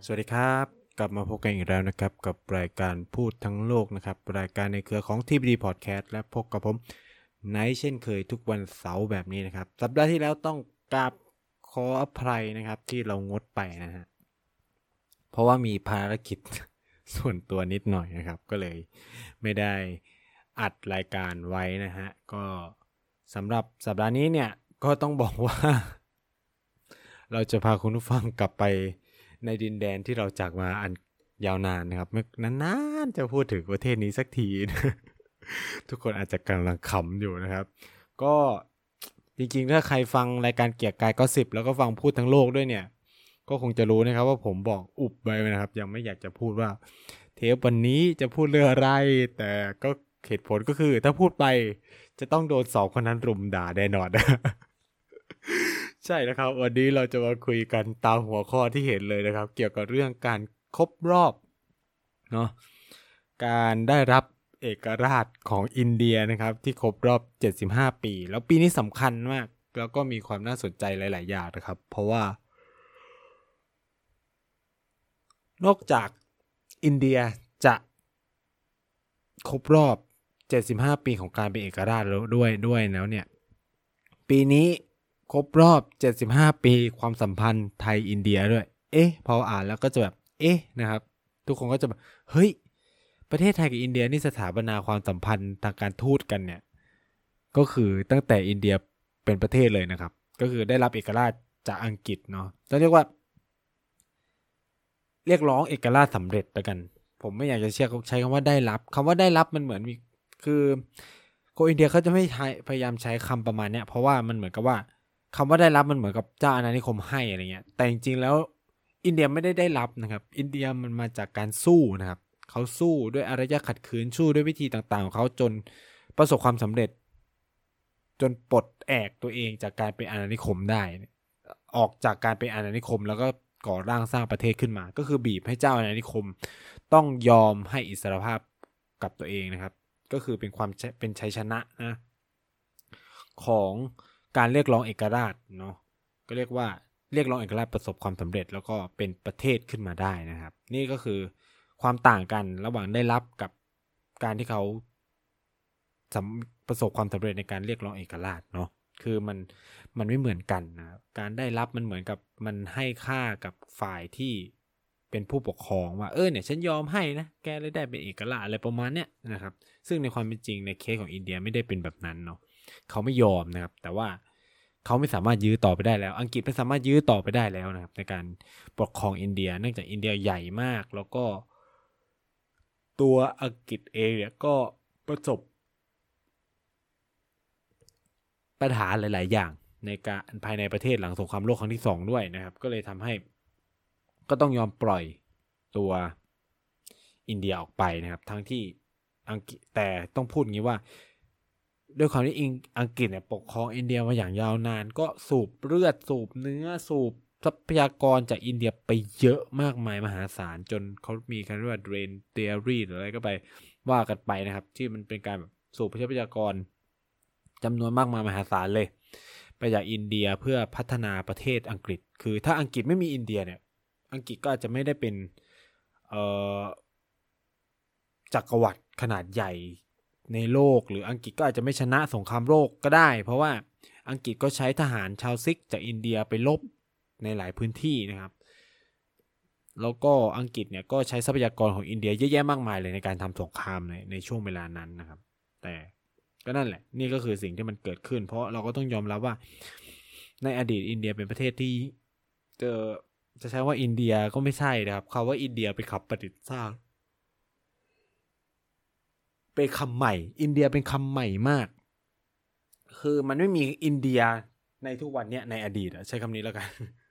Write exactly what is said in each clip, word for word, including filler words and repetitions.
สวัสดีครับกลับมาพบกันอีกแล้วนะครับกับรายการพูดทั้งโลกนะครับรายการในเครือของ ที พี ดี Podcast และพบกับผมไนท์เช่นเคยทุกวันเสาร์แบบนี้นะครับสัปดาห์ที่แล้วต้องกราบขออภัยนะครับที่เรางดไปนะฮะเพราะว่ามีภารกิจ ส่วนตัวนิดหน่อยนะครับก็เลยไม่ได้อัดรายการไว้นะฮะก็สำหรับสัปดาห์นี้เนี่ยก็ต้องบอกว่า เราจะพาคุณผู้ฟังกลับไปในดินแดนที่เราจากมาอันยาวนานนะครับไม่นานๆจะพูดถึงประเทศนี้สักที ทุกคนอาจจะกำลังขำอยู่นะครับ ก็จริงๆถ้าใครฟังรายการเกียร์กายก็สิบแล้วก็ฟังพูดทั้งโลกด้วยเนี่ยก็คงจะรู้นะครับว่าผมบอกอุบไปนะครับยังไม่อยากจะพูดว่าเทปวันนี้จะพูดเรื่องอะไรแต่ก็เหตุผลก็คือถ้าพูดไปจะต้องโดนสองคนนั้นรุมด่าแน่นอน ใช่นะครับวันนี้เราจะมาคุยกันตามหัวข้อที่เห็นเลยนะครับเกี่ยวกับเรื่องการครบรอบเนาะการได้รับเอกราชของอินเดียนะครับที่ครบรอบเจ็ดสิบห้าปีแล้วปีนี้สำคัญมากแล้วก็มีความน่าสนใจหลายๆอย่างนะครับเพราะว่านอกจากอินเดียจะครบรอบเจ็ดสิบห้าปีของการเป็นเอกราชแล้วด้วยด้วยแล้วเนี่ยปีนี้ครบรอบเจ็ดสิบห้าปีความสัมพันธ์ไทยอินเดียด้วยเอ๊ะพออ่านแล้วก็จะแบบเอ๊ะนะครับทุกคนก็จะแบบเฮ้ยประเทศไทยกับอินเดียนี่สถาปนาความสัมพันธ์ทางการทูตกันเนี่ยก็คือตั้งแต่อินเดียเป็นประเทศเลยนะครับก็คือได้รับเอกราชจากอังกฤษเนาะจะเรียกว่าเรียกร้องเอกราชสำเร็จแล้วกันผมไม่อยากจะเชื่อใช้คำว่าได้รับคำว่าได้รับมันเหมือนมีคือคนอินเดียเขาจะไม่พยายามใช้คำประมาณเนี้ยเพราะว่ามันเหมือนกับว่าคำว่าได้รับมันเหมือนกับเจ้าอาณานิคมให้อะไรเงี้ยแต่จริงๆแล้วอินเดียไม่ได้ได้รับนะครับอินเดียมันมาจากการสู้นะครับเขาสู้ด้วยอารยะขัดขืนสู้ด้วยวิธีต่างๆของเขาจนประสบความสำเร็จจนปลดแอกตัวเองจากการเป็นอาณานิคมได้ออกจากการเป็นอาณานิคมแล้วก็ก่อร่างสร้างประเทศขึ้นมาก็คือบีบให้เจ้าอาณานิคมต้องยอมให้อิสรภาพกับตัวเองนะครับก็คือเป็นความเป็นชัยชนะนะของการเรียกร้องเอกราชเนาะก็เรียกว่าเรียกร้องเอกราชประสบความสำเร็จแล้วก็เป็นประเทศขึ้นมาได้นะครับนี่ก็คือความต่างกันระหว่างได้รับกับการที่เขาประสบความสำเร็จในการเรียกร้องเอกราชเนาะคือมันมันไม่เหมือนกันนะการได้รับมันเหมือนกับมันให้ค่ากับฝ่ายที่เป็นผู้ปกครองว่าเออเนี่ยฉันยอมให้นะแกเลยได้เป็นเอกราชอะไรประมาณเนี้ยนะครับซึ่งในความเป็นจริงในเคสของอินเดียไม่ได้เป็นแบบนั้นเนาะเขาไม่ยอมนะครับแต่ว่าเขาไม่สามารถยื้อต่อไปได้แล้วอังกฤษไม่สามารถยื้อต่อไปได้แล้วนะครับในการปกครองอินเดียเนื่องจากอินเดียใหญ่มากแล้วก็ตัวอังกฤษเองเนี่ยก็ประสบปัญหาหลายๆอย่างในการภายในประเทศหลังสงครามโลกครั้งที่สองด้วยนะครับก็เลยทำให้ก็ต้องยอมปล่อยตัวอินเดียออกไปนะครับทั้งที่อังกฤษแต่ต้องพูดอย่างนี้ว่าด้วยความที่อังกฤษเนี่ยปกครองอินเดียมาอย่างยาวนานก็สูบเลือดสูบเนื้อสูบทรัพยากรจากอินเดียไปเยอะมากมายมหาศาลจนเขามีการเรียกว่า drain theory หรืออะไรก็ไปว่ากันไปนะครับที่มันเป็นการแบบสูบทรัพยากรจำนวนมากมายมหาศาลเลยไปจากอินเดียเพื่อพัฒนาประเทศอังกฤษคือถ้าอังกฤษไม่มีอินเดียเนี่ยอังกฤษก็อาจจะไม่ได้เป็นจักรวรรดิขนาดใหญ่ในโลกหรืออังกฤษก็อาจจะไม่ชนะสงครามโลกก็ได้เพราะว่าอังกฤษก็ใช้ทหารชาวซิกจากอินเดียไปรบในหลายพื้นที่นะครับแล้วก็อังกฤษเนี่ยก็ใช้ทรัพยากรของอินเดียเยอะแยะมากมายเลยในการทำสงครามในในช่วงเวลานั้นนะครับแต่ก็นั่นแหละนี่ก็คือสิ่งที่มันเกิดขึ้นเพราะเราก็ต้องยอมรับว่าในอดีตอินเดียเป็นประเทศที่เจอจะใช้ว่าอินเดียก็ไม่ใช่นะครับคำว่าอินเดียเป็นคำประดิษฐ์สร้างเป็นคำใหม่อินเดียเป็นคำใหม่มากคือมันไม่มีอินเดียในทุกวันนี้ในอดีตใช้คำนี้แล้วกัน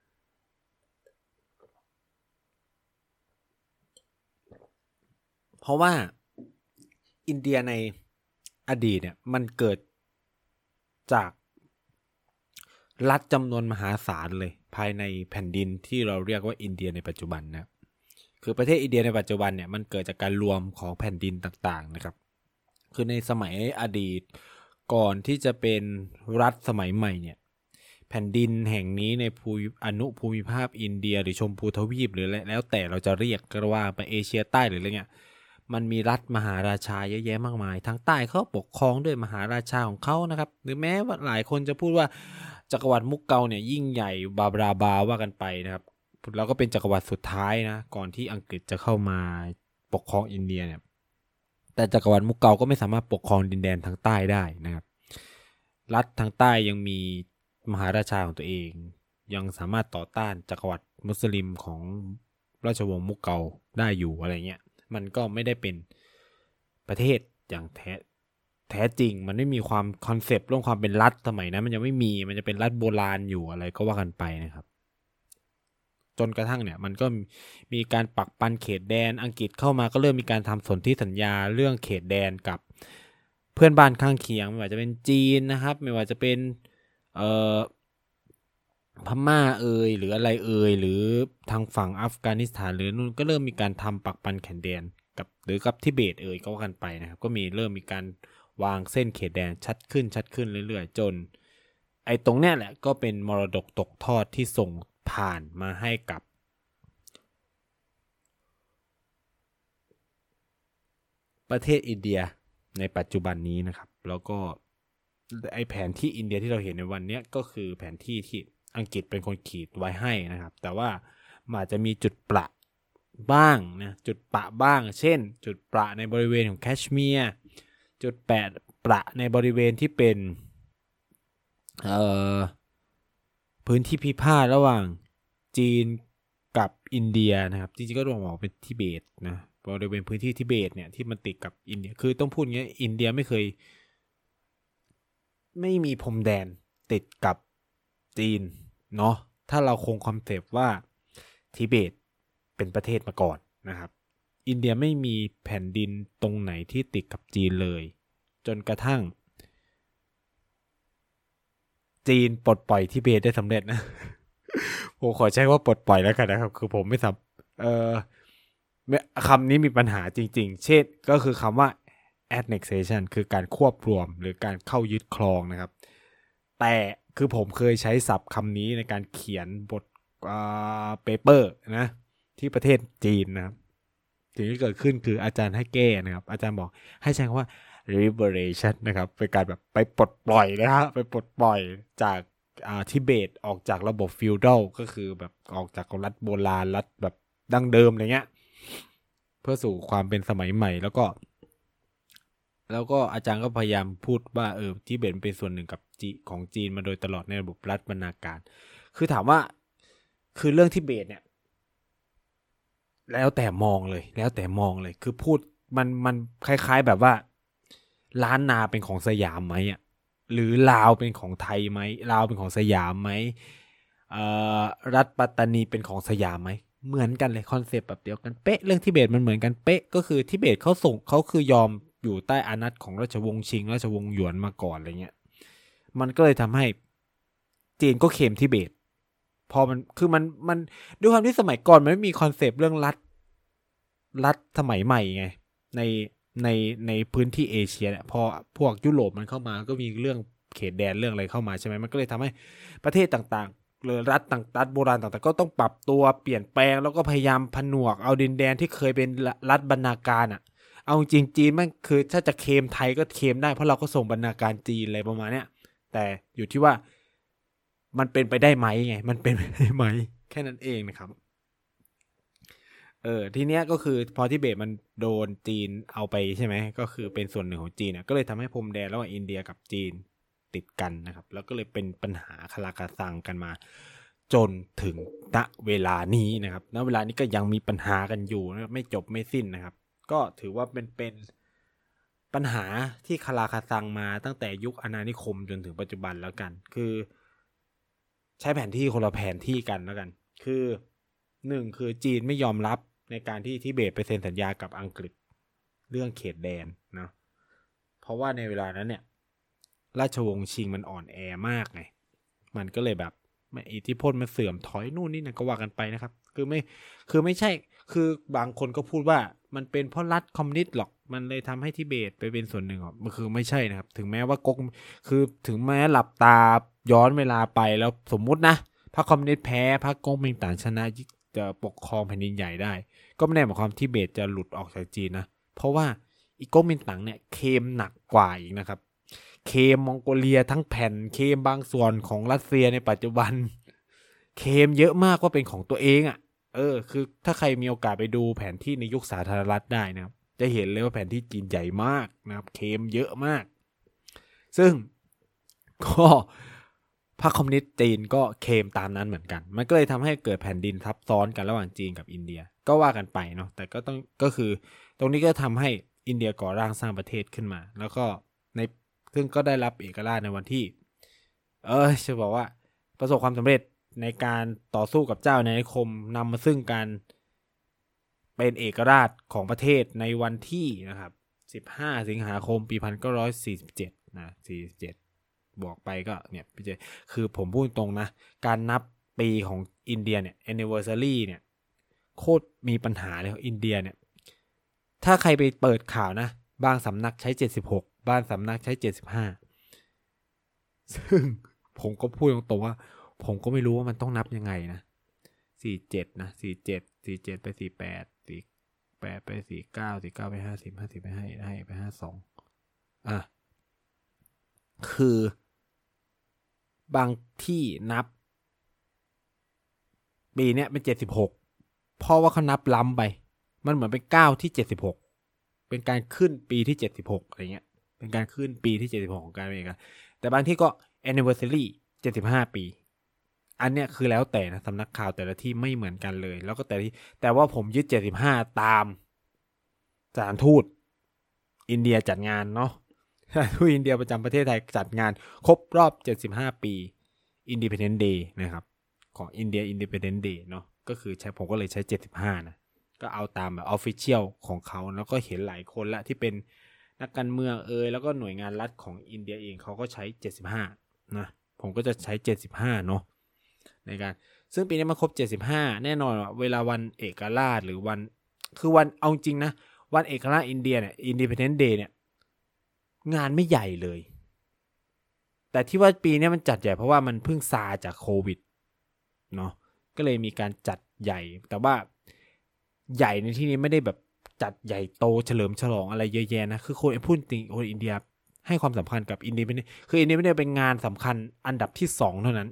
เพราะว่าอินเดียในอดีตเนี่ยมันเกิดจากรัฐจำนวนมหาศาลเลยภายในแผ่นดินที่เราเรียกว่าอินเดียในปัจจุบันนะคือประเทศอินเดียในปัจจุบันเนี่ยมันเกิดจากการรวมของแผ่นดินต่างๆนะครับคือในสมัยอดีตก่อนที่จะเป็นรัฐสมัยใหม่เนี่ยแผ่นดินแห่งนี้ในภูอนุภูมิภาคอินเดียหรือชมพูทวีปหรือแล้วแต่เราจะเรียกกันว่าไปเอเชียใต้หรืออะไรเงี้ยมันมีรัฐมหาราชาเยอะแยะมากมายทางใต้เขาปกครองด้วยมหาราชาของเขานะครับหรือแม้ว่าหลายคนจะพูดว่าจักรวรรดิมุกเกาเนี่ยยิ่งใหญ่บาบราบาว่ากันไปนะครับแล้วก็เป็นจักรวรรดิสุดท้ายนะก่อนที่อังกฤษจะเข้ามาปกครองอินเดียเนี่ยแต่จักรวรรดิมุกเกาก็ไม่สามารถปกครองดินแดนทางใต้ได้นะครับรัฐทางใต้ยังมีมหาราชาของตัวเองยังสามารถต่อต้านจักรวรรดิมุสลิมของราชวงศ์มุกเกาได้อยู่อะไรเงี้ยมันก็ไม่ได้เป็นประเทศอย่างแท้แท้จริงมันไม่มีความคอนเซปต์เรื่องความเป็นรัฐสมัยนั้นมันยังไม่มีมันจะเป็นรัฐโบราณอยู่อะไรก็ว่ากันไปนะครับจนกระทั่งเนี่ยมันก็มีการปักปันเขตแดนอังกฤษเข้ามาก็เริ่มมีการทำสนธิสัญญาเรื่องเขตแดนกับเพื่อนบ้านข้างเคียงไม่ว่าจะเป็นจีนนะครับไม่ว่าจะเป็นเอ่อพม่าเอยหรืออะไรเอยหรือทางฝั่งอัฟกานิสถานหรือนู่นก็เริ่มมีการทำปักปันเขตแดนกับหรือกับทิเบตเอยก็ว่ากันไปนะครับก็มีเริ่มมีการวางเส้นเขตแดนชัดขึ้นชัดขึ้นเรื่อยๆจนไอ้ตรงเนี้ยแหละก็เป็นมรดกตกทอดที่ส่งผ่านมาให้กับประเทศอินเดียในปัจจุบันนี้นะครับแล้วก็ไอ้แผนที่อินเดียที่เราเห็นในวันนี้ก็คือแผนที่ที่อังกฤษเป็นคนขีดไว้ให้นะครับแต่ว่ามันอาจจะมีจุดประบ้างนะจุดประบ้างเช่นจุดประในบริเวณของแคชเมียร์จุดแปดประในบริเวณที่เป็นเอ่อพื้นที่พิพาทระหว่างจีนกับอินเดียนะครับจริงๆก็ต้องบอกเป็นทิเบตนะบริเวณพื้นที่ทิเบตเนี่ยที่มันติดกับอินเดียคือต้องพูดงี้อินเดียไม่เคยไม่มีพรมแดนติดกับจีนเนาะถ้าเราคงคอนเซปต์ว่าทิเบตเป็นประเทศมาก่อนนะครับอินเดียไม่มีแผ่นดินตรงไหนที่ติดกับจีนเลยจนกระทั่งจีนปลดปล่อยทิเบตได้สำเร็จนะ ผมขอใช้ว่าปลดปล่อยแล้วกันนะครับคือผมไม่สับเอ่อคำนี้มีปัญหาจริงๆเช่นก็คือคำว่า annexation คือการควบรวมหรือการเข้ายึดครองนะครับแต่คือผมเคยใช้ศัพท์คำนี้ในการเขียนบทอ่าเปเปอร์นะที่ประเทศจีนนะครับสิ่งที่เกิดขึ้นคืออาจารย์ให้แก้นะครับอาจารย์บอกให้ใช้คำว่า liberation นะครับเป็นการแบบไปปลดปล่อยนะครับไปปลดปล่อยจากอ่าทิเบตออกจากระบบฟิวดัลก็คือแบบออกจากรัฐโบราณรัฐแบบดั้งเดิมอะไรเงี้ยเพื่อสู่ความเป็นสมัยใหม่แล้วก็แล้วก็อาจารย์ก็พยายามพูดว่าเออทิเบตเป็นส่วนหนึ่งกับจีของจีนมาโดยตลอดในระบบรัฐบรรณาการคือถามว่าคือเรื่องทิเบตเนี่ยแล้วแต่มองเลยแล้วแต่มองเลยคือพูดมันมันคล้ายๆแบบว่าล้านนาเป็นของสยามไหมอ่ะหรือลาวเป็นของไทยไหมลาวเป็นของสยามไหมเอ่อรัฐปัตตานีเป็นของสยามไหมเหมือนกันเลยคอนเซปต์แบบเดียวกันเป๊ะเรื่องทิเบตมันเหมือนกันเป๊ะก็คือทิเบตเขาส่งเขาคือยอมอยู่ใต้อานัตของราชวงศ์ชิงราชวงศ์หยวนมาก่อนอะไรเงี้ยมันก็เลยทำให้จีนก็เคลมทิเบตพอมันคือมันมันด้วยความที่สมัยก่อนมันไม่มีคอนเซปต์เรื่องรัฐรัฐสมัยใหม่ไงในในในพื้นที่เอเชียเนี่ยพอพวกยุโรปมันเข้ามาก็มีเรื่องเขตแดนเรื่องอะไรเข้ามาใช่ไหมมันก็เลยทำให้ประเทศต่างๆหรือรัฐต่างรัฐโบราณต่างๆก็ต้องปรับตัวเปลี่ยนแปลงแล้วก็พยายามผนวกเอาดินแดนที่เคยเป็นรัฐบรรณาการอ่ะเอาจริงจีนมันคือถ้าจะเคลมไทยก็เคลมได้เพราะเราก็ส่งบรรณาการจีนอะไรประมาณเนี้ยแต่อยู่ที่ว่ามันเป็นไปได้ไหมไงมันเป็นไปได้ไหมแค่นั้นเองนะครับเออทีเนี้ยก็คือพอทิเบตมันโดนจีนเอาไปใช่ไหมก็คือเป็นส่วนหนึ่งของจีนนะก็เลยทำให้พรมแดนระหว่างอินเดียกับจีนติดกันนะครับแล้วก็เลยเป็นปัญหาคลากาซังกันมาจนถึงณเวลานี้นะครับณเวลานี้ก็ยังมีปัญหากันอยู่นะไม่จบไม่สิ้นนะครับก็ถือว่าเป็นเป็นปัญหาที่คลาคาซังมาตั้งแต่ยุคอาณานิคมจนถึงปัจจุบันแล้วกันคือใช้แผนที่คนละแผนที่กันแล้วกันคือหนึ่งคือจีนไม่ยอมรับในการที่ทิเบตไปเซ็นสัญญากับอังกฤษเรื่องเขตแดนนะเพราะว่าในเวลานั้นเนี่ยราชวงศ์ชิงมันอ่อนแอมากไงมันก็เลยแบบอิทธิพลมันเสื่อมถอยนู่นนี่นั่นก็ว่ากันไปนะครับคือไม่คือไม่ใช่คือบางคนก็พูดว่ามันเป็นเพราะรัฐคอมมิวนิสต์หรอกมันเลยทำให้ทิเบตไปเป็นส่วนหนึ่งหรอกมันคือไม่ใช่นะครับถึงแม้ว่าก๊กคือถึงแม้หลับตาย้อนเวลาไปแล้วสมมุตินะพรรคคอมมิวนิสต์แพ้พรรคก๊กมินตั๋งชนะจะปกครองแผ่นดินใหญ่ได้ก็ไม่ได้หมายความทิเบตจะหลุดออกจากจีนนะเพราะว่าอีก๊กมินตั๋งเนี่ยเคมหนักกว่าอีกนะครับเคมมองโกเลียทั้งแผ่นเคมบางส่วนของรัสเซียในปัจจุบันเคมเยอะมากว่าเป็นของตัวเองอ่ะเออคือถ้าใครมีโอกาสไปดูแผนที่ในยุคสาธารณรัฐได้นะครับจะเห็นเลยว่าแผนที่จีนใหญ่มากนะครับเคมเยอะมากซึ่งก็พรรคคอมมิวนิสต์จีนก็เคมตามนั้นเหมือนกันมันก็เลยทำให้เกิดแผ่นดินทับซ้อนกันระหว่างจีนกับอินเดียก็ว่ากันไปเนาะแต่ก็ต้องก็คือตรงนี้ก็ทำให้อินเดียก่อร่างสร้างประเทศขึ้นมาแล้วก็ในซึ่งก็ได้รับเอกราชในวันที่เออจะบอกว่าประสบความสำเร็จในการต่อสู้กับเจ้าอาณานิคมนำมาซึ่งการเป็นเอกราชของประเทศในวันที่นะครับสิบห้าสิงหาคมปีหนึ่งพันเก้าร้อยสี่สิบเจ็ดนะสี่สิบเจ็ดบอกไปก็เนี่ยพี่เจคือผมพูดตรงนะการนับปีของอินเดียเนี่ย anniversary เนี่ยโคตรมีปัญหาเลยอินเดียเนี่ยถ้าใครไปเปิดข่าวนะบางสำนักใช้เจ็ดสิบหกบางสำนักใช้เจ็ดสิบห้าซึ่งผมก็พูดตรงๆว่าผมก็ไม่รู้ว่ามันต้องนับยังไงนะสี่สิบเจ็ดนะสี่สิบเจ็ด สี่สิบเจ็ดไปสี่สิบแปด สี่สิบแปดไปสี่สิบเก้า สี่สิบเก้าไปห้าสิบ ห้าสิบไปให้ให้ไปห้าสิบสองอ่ะคือบางที่นับปีเนี้ยเป็นเจ็ดสิบหกเพราะว่าเขานับล้ำไปมันเหมือนเป็นเก้าที่เจ็ดสิบหกเป็นการขึ้นปีที่เจ็ดสิบหกอะไรเงี้ยเป็นการขึ้นปีที่เจ็ดสิบหกของการเองกันแต่บางที่ก็ anniversary เจ็ดสิบห้าปีอันเนี้ยคือแล้วแต่นะสำนักข่าวแต่ละที่ไม่เหมือนกันเลยแล้วก็แต่ที่แต่ว่าผมยึดเจ็ดสิบห้าตามสถานทูตอินเดียจัดงานเนาะสถานทูตอินเดียประจำประเทศไทยจัดงานครบรอบเจ็ดสิบห้าปี Independence Day นะครับของ India Independence Day เนาะก็คือใช้ผมก็เลยใช้เจ็ดสิบห้านะก็เอาตามแบบ official ของเขาแล้วก็เห็นหลายคนละที่เป็นนักการเมืองเอยแล้วก็หน่วยงานรัฐของอินเดียเองเขาก็ใช้เจ็ดสิบห้านะผมก็จะใช้เจ็ดสิบห้าเนาะในการซึ่งปีนี้มันครบเจ็ดสิบห้าแน่นอนว่าเวลาวันเอกราชหรือวันคือวันเอาจริงนะวันเอกราชอินเดียเนี่ย Independence Day เนี่ยงานไม่ใหญ่เลยแต่ที่ว่าปีนี้มันจัดใหญ่เพราะว่ามันเพิ่งซาจากโควิดเนาะก็เลยมีการจัดใหญ่แต่ว่าใหญ่ในที่นี้ไม่ได้แบบจัดใหญ่โตเฉลิมฉลองอะไรเยอะแยะนะคือคนพูดจริงคนอินเดียให้ความสำคัญกับอินเดียคืออินเดียไม่ได้เป็นงานสำคัญอันดับที่สองเท่านั้น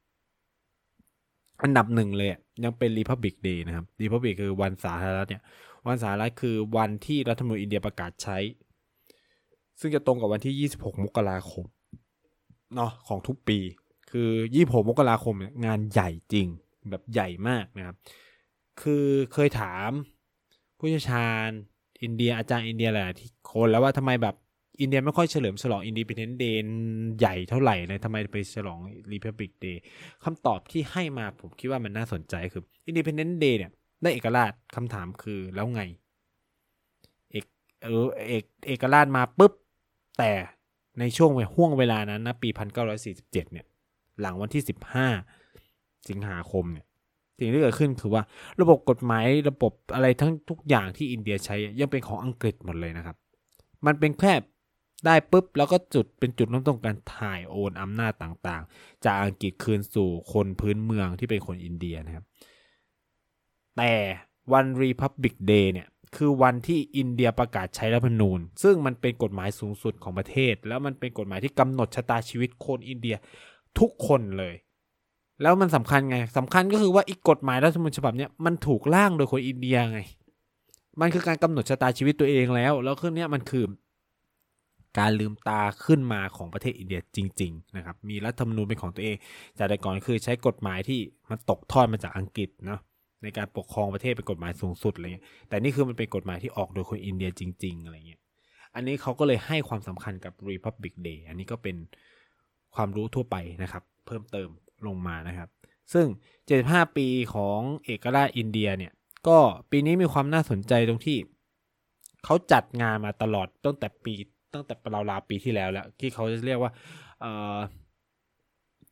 อันดับหนึ่งเลยยังเป็น Republic Day นะครับ Republic คือวันสาธารณรัฐเนี่ยวันสาธารณรัฐคือวันที่รัฐธรรมนูญอินเดียประกาศใช้ซึ่งจะตรงกับวันที่ยี่สิบหกมกราคมเนาะของทุกปีคือยี่สิบหกมกราคมเนี่ยงานใหญ่จริงแบบใหญ่มากนะครับคือเคยถามผู้เชี่ยวชาญอินเดียอาจารย์อินเดียหลายที่คนแล้วว่าทำไมแบบอินเดียไม่ค่อยเฉลิมฉลอง Independence Day ใหญ่เท่าไหร่เลยทำไมไปฉลอง Republic Day คำตอบที่ให้มาผมคิดว่ามันน่าสนใจคือ Independence Day เนี่ยได้เอกราชคำถามคือแล้วไงเอกเออเอกเอกราชมาปุ๊บแต่ในช่วงห่วงเวลานั้นนะปีหนึ่งพันเก้าร้อยสี่สิบเจ็ดเนี่ยหลังวันที่สิบห้าสิงหาคมเนี่ยสิ่งที่เกิดขึ้นคือว่าระบบกฎหมายระบบอะไรทั้งทุกอย่างที่อินเดียใช้ยังเป็นของอังกฤษหมดเลยนะครับมันเป็นแค่ได้ปุ๊บแล้วก็จุดเป็นจุดเริ่มต้นการถ่ายโอนอำนาจต่างๆจากอังกฤษคืนสู่คนพื้นเมืองที่เป็นคนอินเดียนะครับแต่วัน Republic Day เนี่ยคือวันที่อินเดียประกาศใช้รัฐธรรมนูญซึ่งมันเป็นกฎหมายสูงสุดของประเทศแล้วมันเป็นกฎหมายที่กำหนดชะตาชีวิตคนอินเดียทุกคนเลยแล้วมันสำคัญไงสำคัญก็คือว่าอีกกฎหมายรัฐธรรมนูญฉบับนี้มันถูกร่างโดยคนอินเดียไงมันคือการกำหนดชะตาชีวิตตัวเองแล้วแล้วคือเนี้ยมันคือการลืมตาขึ้นมาของประเทศอินเดียจริงๆนะครับมีรัฐธรรมนูญเป็นของตัวเองจากแต่ก่อนคือใช้กฎหมายที่มันตกทอดมาจากอังกฤษเนาะในการปกครองประเทศเป็นกฎหมายสูงสุดอะไรเงี้ยแต่นี่คือมันเป็นกฎหมายที่ออกโดยคนอินเดียจริงๆอะไรเงี้ยอันนี้เขาก็เลยให้ความสำคัญกับ Republic Day อันนี้ก็เป็นความรู้ทั่วไปนะครับเพิ่มเติมลงมานะครับซึ่งเจ็ดสิบห้าปีของเอกราชอินเดียเนี่ยก็ปีนี้มีความน่าสนใจตรงที่เขาจัดงานมาตลอดตั้งแต่ปีตั้งแต่ราวๆปีที่แล้วแล้วที่เขาจะเรียกว่าเอ่อ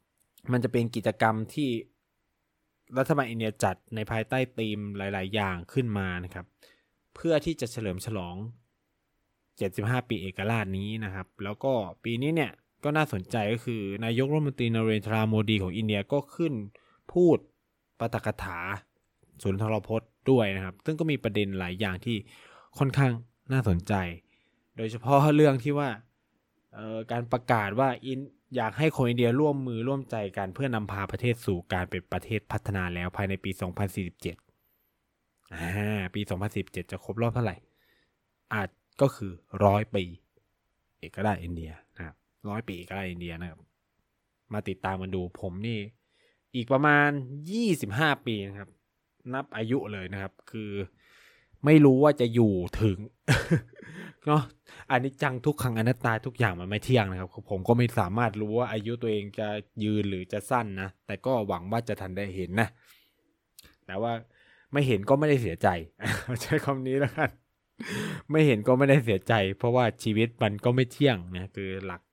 มันจะเป็นกิจกรรมที่รัฐบาลอินเดียจัดในภายใต้ธีมหลายๆอย่างขึ้นมานะครับเพื่อที่จะเฉลิมฉลองเจ็ดสิบห้าปีเอกราชนี้นะครับแล้วก็ปีนี้เนี่ยก็น่าสนใจก็คือนายกรัฐมนตรีนเรนทราโมดีของอินเดียก็ขึ้นพูดปาฐกถาสุนทรพจน์ด้วยนะครับซึ่งก็มีประเด็นหลายอย่างที่ค่อนข้างน่าสนใจโดยเฉพาะเรื่องที่ว่าการประกาศว่าอินอยากให้คนอินเดียร่วมมือร่วมใจกันเพื่อนำพาประเทศสู่การเป็นประเทศพัฒนาแล้วภายในปีสองพันสี่สิบเจ็ดอ่าปีสองพันสี่สิบเจ็ดจะครบรอบเท่าไหร่อาจก็คือร้อยปีเอกราชอินเดียนะครับร้อยปีเอกราชอินเดียนะครับมาติดตามกันดูผมนี่อีกประมาณยี่สิบห้าปีนะครับนับอายุเลยนะครับคือไม่รู้ว่าจะอยู่ถึง เนาะอันนี้จังทุกขังอนัตตาทุกอย่างมันไม่เที่ยงนะครับผมก็ไม่สามารถรู้ว่าอายุตัวเองจะยืนหรือจะสั้นนะแต่ก็หวังว่าจะทันได้เห็นนะแต่ว่าไม่เห็นก็ไม่ได้เสียใจใช้คำนี้แล้วกันไม่เห็นก็ไม่ได้เสียใจเพราะว่าชีวิตมันก็ไม่เที่ยงนะคือหลัก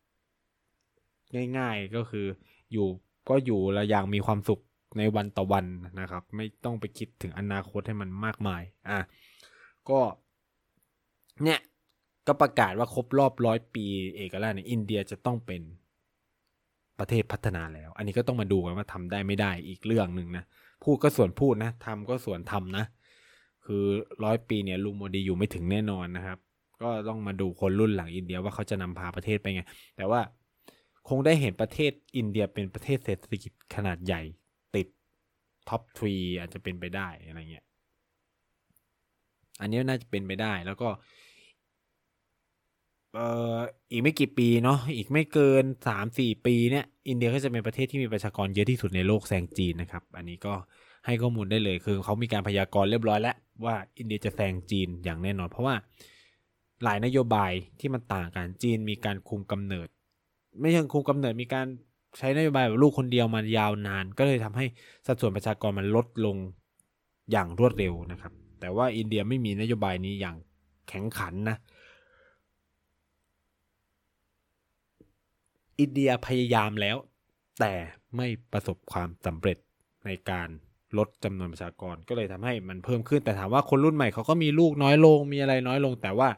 ง่ายๆก็คืออยู่ก็อยู่แล้วอย่างมีความสุขในวันต่อวันนะครับไม่ต้องไปคิดถึงอนาคตให้มันมากมายอ่ะก็เนี่ยก็ประกาศว่าครบรอบร้อยปีเอกราชในอินเดียจะต้องเป็นประเทศพัฒนาแล้วอันนี้ก็ต้องมาดูกันว่าทำได้ไม่ได้อีกเรื่องหนึ่งนะพูดก็ส่วนพูดนะทำก็ส่วนทำนะคือร้อยปีเนี่ยลุงโมดีอยู่ไม่ถึงแน่นอนนะครับก็ต้องมาดูคนรุ่นหลังอินเดียว่าเขาจะนำพาประเทศไปไงแต่ว่าคงได้เห็นประเทศอินเดียเป็นประเทศเศรษฐกิจขนาดใหญ่ติดท็อปสามอาจจะเป็นไปได้อะไรเงี้ยอันนี้น่าจะเป็นไปได้แล้วก็เอ่ออีกไม่กี่ปีเนาะอีกไม่เกิน สามถึงสี่ ปีเนี่ยอินเดียก็จะเป็นประเทศที่มีประชากรเยอะที่สุดในโลกแซงจีนนะครับอันนี้ก็ให้ข้อมูลได้เลยคือเขามีการพยากรณ์เรียบร้อยแล้วว่าอินเดียจะแซงจีนอย่างแน่นอนเพราะว่าหลายนโยบายที่มันต่างกันจีนมีการคุมกำเนิดไม่ใช่คุมกำเนิดมีการใช้นโยบายแบบลูกคนเดียวมายาวนานก็เลยทำให้สัดส่วนประชากรมันลดลงอย่างรวดเร็วนะครับแต่ว่าอินเดียไม่มีนโยบายนี้อย่างแข็งขันนะอินเดียพยายามแล้วแต่ไม่ประสบความสำเร็จในการลดจำนวนประชากรก็เลยทำให้มันเพิ่มขึ้นแต่ถามว่าคนรุ่นใหม่เขาก็มีลูกน้อยลงมีอะไรน้อยลงแต่ว่า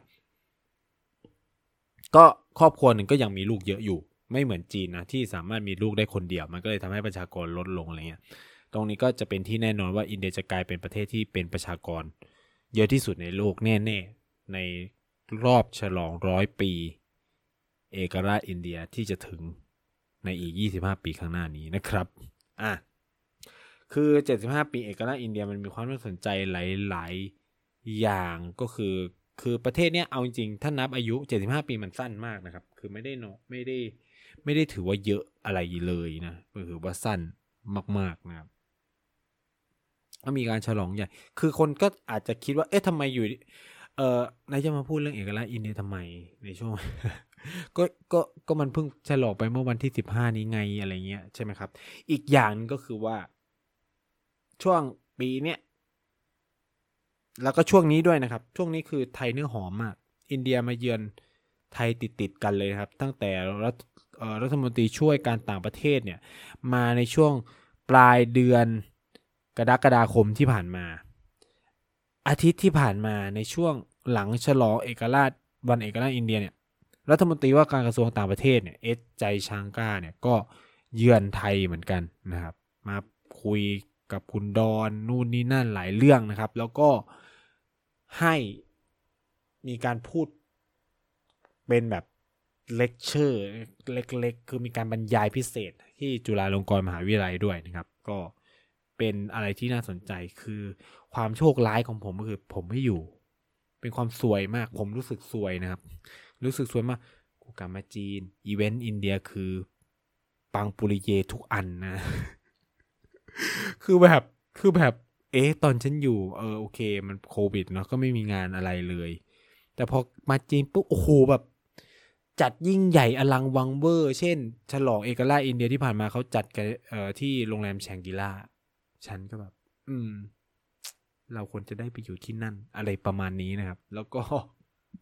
ก็ครอบครัวหนึ่งก็ยังมีลูกเยอะอยู่ไม่เหมือนจีนนะที่สามารถมีลูกได้คนเดียวมันก็เลยทำให้ประชากรลดลงอะไรเงี้ยตรงนี้ก็จะเป็นที่แน่นอนว่าอินเดียจะกลายเป็นประเทศที่เป็นประชากรเยอะที่สุดในโลกแน่ๆในรอบฉลองร้อยปีเอกราชอินเดียที่จะถึงในอีกยี่สิบห้าปีข้างหน้านี้นะครับอ่ะคือเจ็ดสิบห้าปีเอกราชอินเดียมันมีความน่าสนใจหลายๆอย่างก็คือคือประเทศเนี้ยเอาจริงๆถ้านับอายุเจ็ดสิบห้าปีมันสั้นมากนะครับคือไม่ได้เนาะไม่ได้ไม่ได้ถือว่าเยอะอะไรเลยนะถือว่าสั้นมากๆนะครับก็มีการฉลองใหญ่คือคนก็อาจจะคิดว่าเอ๊ะทำไมอยู่เอ่อนายจะมาพูดเรื่องเอกราชอินเดียทำไมในช่วง ก็ก็ก็มันเพิ่งฉลองไปเมื่อวันที่สิบห้านี้ไงอะไรเงี้ยใช่ไหมครับอีกอย่างนึงก็คือว่าช่วงปีเนี้ยแล้วก็ช่วงนี้ด้วยนะครับช่วงนี้คือไทยเนื้อหอมมากอินเดียมาเยือนไทยติดๆกันเลยครับตั้งแต่รัฐเอ่อรัฐมนตรีช่วยการต่างประเทศเนี่ยมาในช่วงปลายเดือนกรกฎาคมที่ผ่านมาอาทิตย์ที่ผ่านมาในช่วงหลังฉลองเอกราชวันเอกราชอินเดียเนี่ยรัฐมนตรีว่าการกระทรวงต่างประเทศเนี่ยเอสใจชังก้าเนี่ยก็เยือนไทยเหมือนกันนะครับมาคุยกับคุณดอนนู่นนี่นั่นหลายเรื่องนะครับแล้วก็ให้มีการพูดเป็นแบบเลคเชอร์เล็กๆคือมีการบรรยายพิเศษที่จุฬาลงกรณ์มหาวิทยาลัยด้วยนะครับก็เป็นอะไรที่น่าสนใจคือความโชคร้ายของผมก็คือผมไม่อยู่เป็นความสวยมากผมรู้สึกสวยนะครับรู้สึกสวยมากกูกลับมาจีนอีเวนต์อินเดียคือปังปุริเยทุกอันนะ คือแบบคือแบบเอ๊ะตอนฉันอยู่เออโอเคมันโควิดเนาะก็ไม่มีงานอะไรเลยแต่พอมาจีนปุ๊บโอ้โหแบบจัดยิ่งใหญ่อลังวังเวอร์เช่นฉลองเอกราชอินเดียที่ผ่านมาเขาจัดกันเอ่อที่โรงแรมแชงกิล่าฉันก็แบบอืมเราควรจะได้ไปอยู่ที่นั่นอะไรประมาณนี้นะครับแล้วก็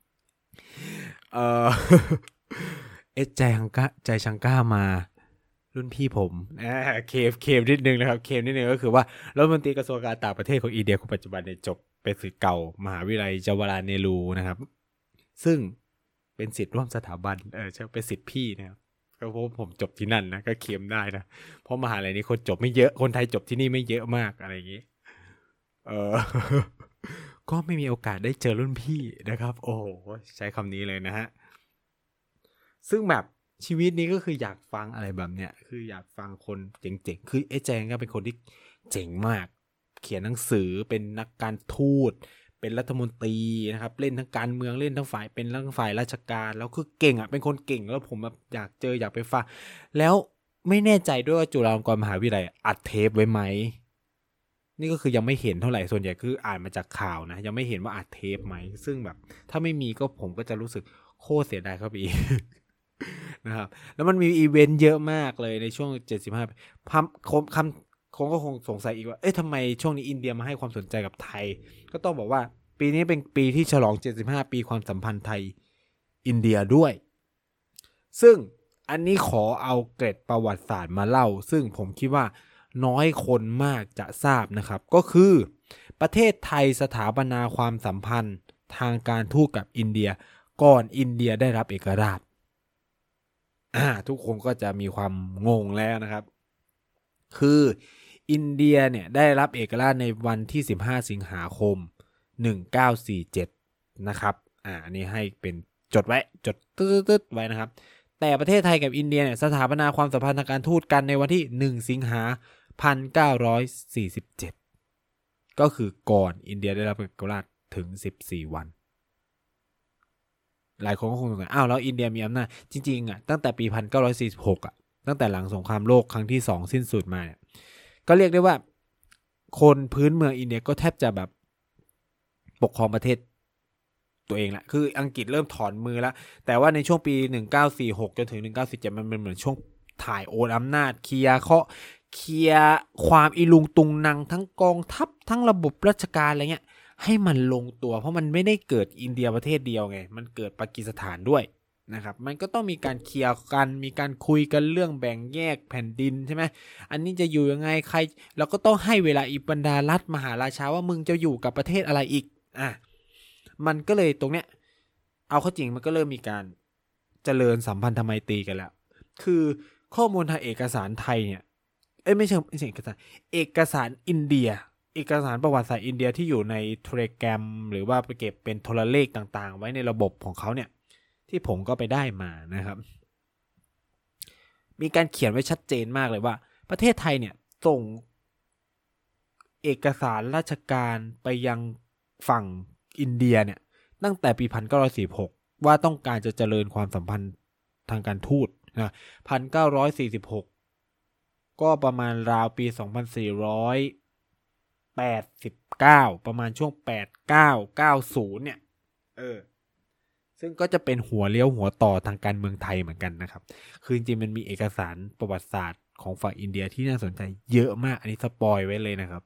เออเอสใจชังก้าใจชังก้ามารุ่นพี่ผมอ่าเคมเคมนิดนึงนะครับเคมนิดนึงก็คือว่ารัฐมนตรีกระทรวงการต่างประเทศของอินเดียคนปัจจุบันเนี่ยจบเป็นศิษย์เก่ามหาวิทยาลัยจวาลาเนรูนะครับซึ่งเป็นศิษย์ร่วมสถาบันเออใช่เป็นศิษย์พี่นะครับก็เพราะผมจบที่นั่นนะก็เคมได้นะเพราะมหาลัยนี้คนจบไม่เยอะคนไทยจบที่นี่ไม่เยอะมากอะไรอย่างนี้เออ ก็ไม่มีโอกาสได้เจอรุ่นพี่นะครับโอ้โหใช้คำนี้เลยนะฮะซึ่งแบบชีวิตนี้ก็คืออยากฟังอะไรแบบเนี้ยคืออยากฟังคนเจ๋งๆคือไอ้แจงก็เป็นคนที่เจ๋งมากเขียนหนังสือเป็นนักการทูตเป็นรัฐมนตรีนะครับเล่นทั้งการเมืองเล่นทั้งฝ่ายเป็นทั้งฝ่ายราชการแล้วคือเก่งอ่ะเป็นคนเก่งแล้วผมแบบอยากเจออยากไปฟังแล้วไม่แน่ใจด้วยว่าจุฬาลงกรณ์มหาวิทยาลัยอัดเทปไว้ไหมนี่ก็คือยังไม่เห็นเท่าไหร่ส่วนใหญ่คืออ่านมาจากข่าวนะยังไม่เห็นว่าอัดเทปไหมซึ่งแบบถ้าไม่มีก็ผมก็จะรู้สึกโคตรเสียดายเข้าไปอีก นะครับแล้วมันมีอีเวนต์เยอะมากเลยในช่วงเจ็ดสิบห้าคำคำคำคงก็คงสงสัยอีกว่าเอ๊ะทำไมช่วงนี้อินเดียมาให้ความสนใจกับไทยก็ต้องบอกว่าปีนี้เป็นปีที่ฉลองเจ็ดสิบห้าปีความสัมพันธ์ไทยอินเดียด้วยซึ่งอันนี้ขอเอาเกร็ดประวัติศาสตร์มาเล่าซึ่งผมคิดว่าน้อยคนมากจะทราบนะครับก็คือประเทศไทยสถาปนาความสัมพันธ์ทางการทูตกับอินเดียก่อนอินเดียได้รับเอกราชอ่าทุกคนก็จะมีความงงแล้วนะครับคืออินเดียเนี่ยได้รับเอกราชในวันที่สิบห้าสิงหาคมหนึ่งพันเก้าร้อยสี่สิบเจ็ดนะครับอ่าอันนี้ให้เป็นจดไว้จดตึ๊ดๆไว้นะครับแต่ประเทศไทยกับอินเดียเนี่ยสถาปนาความสัมพันธ์ทางการทูตกันในวันที่หนึ่งสิงหาคมหนึ่งพันเก้าร้อยสี่สิบเจ็ดก็คือก่อนอินเดียได้รับเอกราชถึงสิบสี่วันหลายคนก็คงสงสัยอ้าวแล้วอินเดียมีอำนาจจริงๆอ่ะตั้งแต่ปีหนึ่งพันเก้าร้อยสี่สิบหกอ่ะตั้งแต่หลังสงครามโลกครั้งที่สองสิ้นสุดมาเนี่ยก็เรียกได้ว่าคนพื้นเมืองอินเดียก็แทบจะแบบปกครองประเทศตัวเองแหละคืออังกฤษเริ่มถอนมือแล้วแต่ว่าในช่วงปีหนึ่งพันเก้าร้อยสี่สิบหกจนถึงหนึ่งพันเก้าร้อยสี่สิบเจ็ดมันเป็นเหมือนช่วงถ่ายโอนอำนาจเคลียร์เคาะเคลียร์ความอีลุงตุงนังทั้งกองทัพทั้งระบบราชการอะไรเงี้ยให้มันลงตัวเพราะมันไม่ได้เกิดอินเดียประเทศเดียวไงมันเกิดปากีสถานด้วยนะครับมันก็ต้องมีการเคลียร์กันมีการคุยกันเรื่องแบ่งแยกแผ่นดินใช่ไหมอันนี้จะอยู่ยังไงใครเราก็ต้องให้เวลาอีบรรดารัฐมหาราชาว่ามึงจะอยู่กับประเทศอะไรอีกอ่ะมันก็เลยตรงเนี้ยเอาเข้าจริงมันก็เริ่มมีการเจริญสัมพันธไมตรีกันแล้วคือข้อมูลทางเอกสารไทยเนี่ยเอ้ยไม่ใช่ไม่ใช่เอกสารเอกสารอินเดียเอกสารประวัติศาสตร์อินเดียที่อยู่ในโทรแกรมหรือว่าไปเก็บเป็นโทรเลขต่างๆไว้ในระบบของเขาเนี่ยที่ผมก็ไปได้มานะครับมีการเขียนไว้ชัดเจนมากเลยว่าประเทศไทยเนี่ยส่งเอกสารราชการไปยังฝั่งอินเดียเนี่ยตั้งแต่ปีหนึ่งพันเก้าร้อยสี่สิบหกว่าต้องการจะเจริญความสัมพันธ์ทางการทูตนะหนึ่งพันเก้าร้อยสี่สิบหกก็ประมาณราวปีสองพันสี่ร้อยแปดสิบเก้าประมาณช่วงแปดสิบเก้า เก้าสิบเนี่ยเออซึ่งก็จะเป็นหัวเลี้ยวหัวต่อทางการเมืองไทยเหมือนกันนะครับคือจริงๆมันมีเอกสารประวัติศาสตร์ของฝั่งอินเดียที่น่าสนใจเยอะมากอันนี้สปอยไว้เลยนะครับ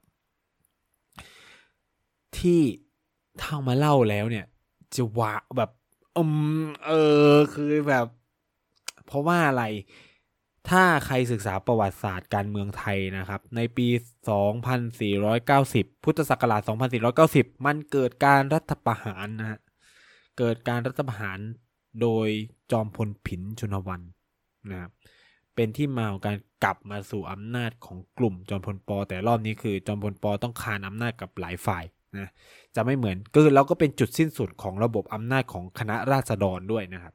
ที่ทางมาเล่าแล้วเนี่ยจะว่าแบบอืมเออคือแบบเพราะว่าอะไรถ้าใครศึกษาประวัติศาสตร์การเมืองไทยนะครับในปีสองพันสี่ร้อยเก้าสิบพุทธศักราชสองพันสี่ร้อยเก้าสิบมันเกิดการรัฐประหารนะฮะเกิดการรัฐประหารโดยจอมพลผินชุนวรรณนะครับเป็นที่มาของการกลับมาสู่อำนาจของกลุ่มจอมพลป.แต่รอบนี้คือจอมพลป.ต้องคานอำนาจกับหลายฝ่ายนะจะไม่เหมือนก็คือเราก็เป็นจุดสิ้นสุดของระบบอำนาจของคณะราษฎรด้วยนะครับ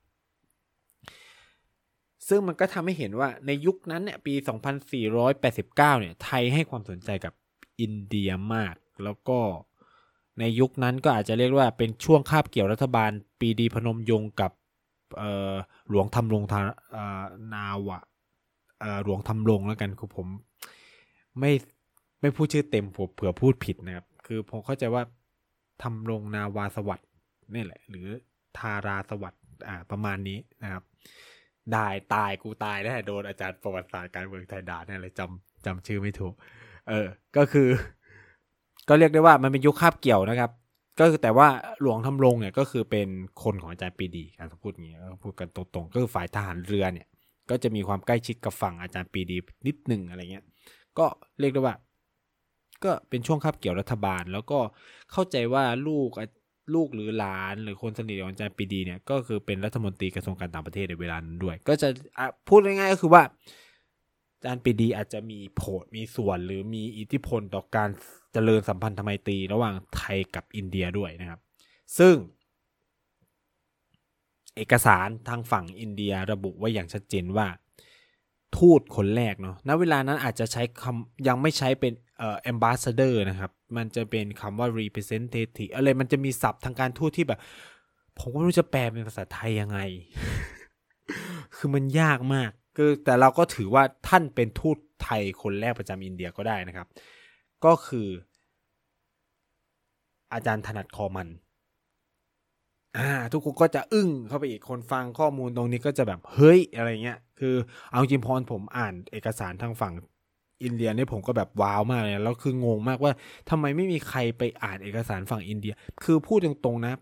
ซึ่งมันก็ทำให้เห็นว่าในยุคนั้นเนี่ยปีสองพันสี่ร้อยแปดสิบเก้าเนี่ยไทยให้ความสนใจกับอินเดียมากแล้วก็ในยุคนั้นก็อาจจะเรียกว่าเป็นช่วงคาบเกี่ยวรัฐบาลปรีดีพนมยงค์กับหลวงทำรงนาวะหลวงทำรงแล้วกันคือผมไม่ไม่พูดชื่อเต็มผมเผื่อพูดผิดนะครับคือผมเข้าใจว่าทำรงนาวาสวัสดิ์นี่แหละหรือทาราสวัสดิ์อ่าประมาณนี้นะครับได้ตายกูตายแล้วโดนอาจารย์ประวัติศาสตร์การเมืองไทยด่าแน่เลยจำจำชื่อไม่ถูกเออก็คือก็เรียกได้ว่ามันเป็นยุคคาบเกี่ยวนะครับก็คือแต่ว่าหลวงทำรงเนี่ยก็คือเป็นคนของอาจารย์ปรีดีการพูดอย่างนี้พูดกันตรงๆก็คือฝ่ายทหารเรือเนี่ยก็จะมีความใกล้ชิดกับฝั่งอาจารย์ปรีดีนิดหนึ่งอะไรเงี้ยก็เรียกได้ว่าก็เป็นช่วงคาบเกี่ยวรัฐบาลแล้วก็เข้าใจว่าลูกลูกหรือหลานหรือคนสนิทของอาจารย์ปรีดีเนี่ยก็คือเป็นรัฐมนตรีกระทรวงการต่างประเทศในเวลานั้นด้วยก็จะพูดง่ายๆก็คือว่าอาจารย์ปรีดีอาจจะมีผลมีส่วนหรือมีอิทธิพลต่อการเจริญสัมพันธไมตรีระหว่างไทยกับอินเดียด้วยนะครับซึ่งเอกสารทางฝั่งอินเดียระบุไว้อย่างชัดเจนว่าทูตคนแรกเนาะณเวลานั้นอาจจะใช้คำยังไม่ใช้เป็นเอ่อ ambassador นะครับมันจะเป็นคำว่า representative อะไรมันจะมีศัพท์ทางการทูตที่แบบผมก็ไม่รู้จะแปลเป็นภาษาไทยยังไง คือมันยากมากคือแต่เราก็ถือว่าท่านเป็นทูตไทยคนแรกประจำอินเดียก็ได้นะครับก็คืออาจารย์ถนัดคอมันอ่าทุกคนก็จะอึ้งเข้าไปอีกคนฟังข้อมูลตรงนี้ก็จะแบบเฮ้ยอะไรเงี้ยคือเอาจริงพอผมอ่านเอกสารทางฝั่งอินเดียเนี่ยผมก็แบบว้าวมากเลยแล้วคืองงมากว่าทำไมไม่มีใครไปอ่านเอกสารฝั่งอินเดียคือพูดตรงๆนะ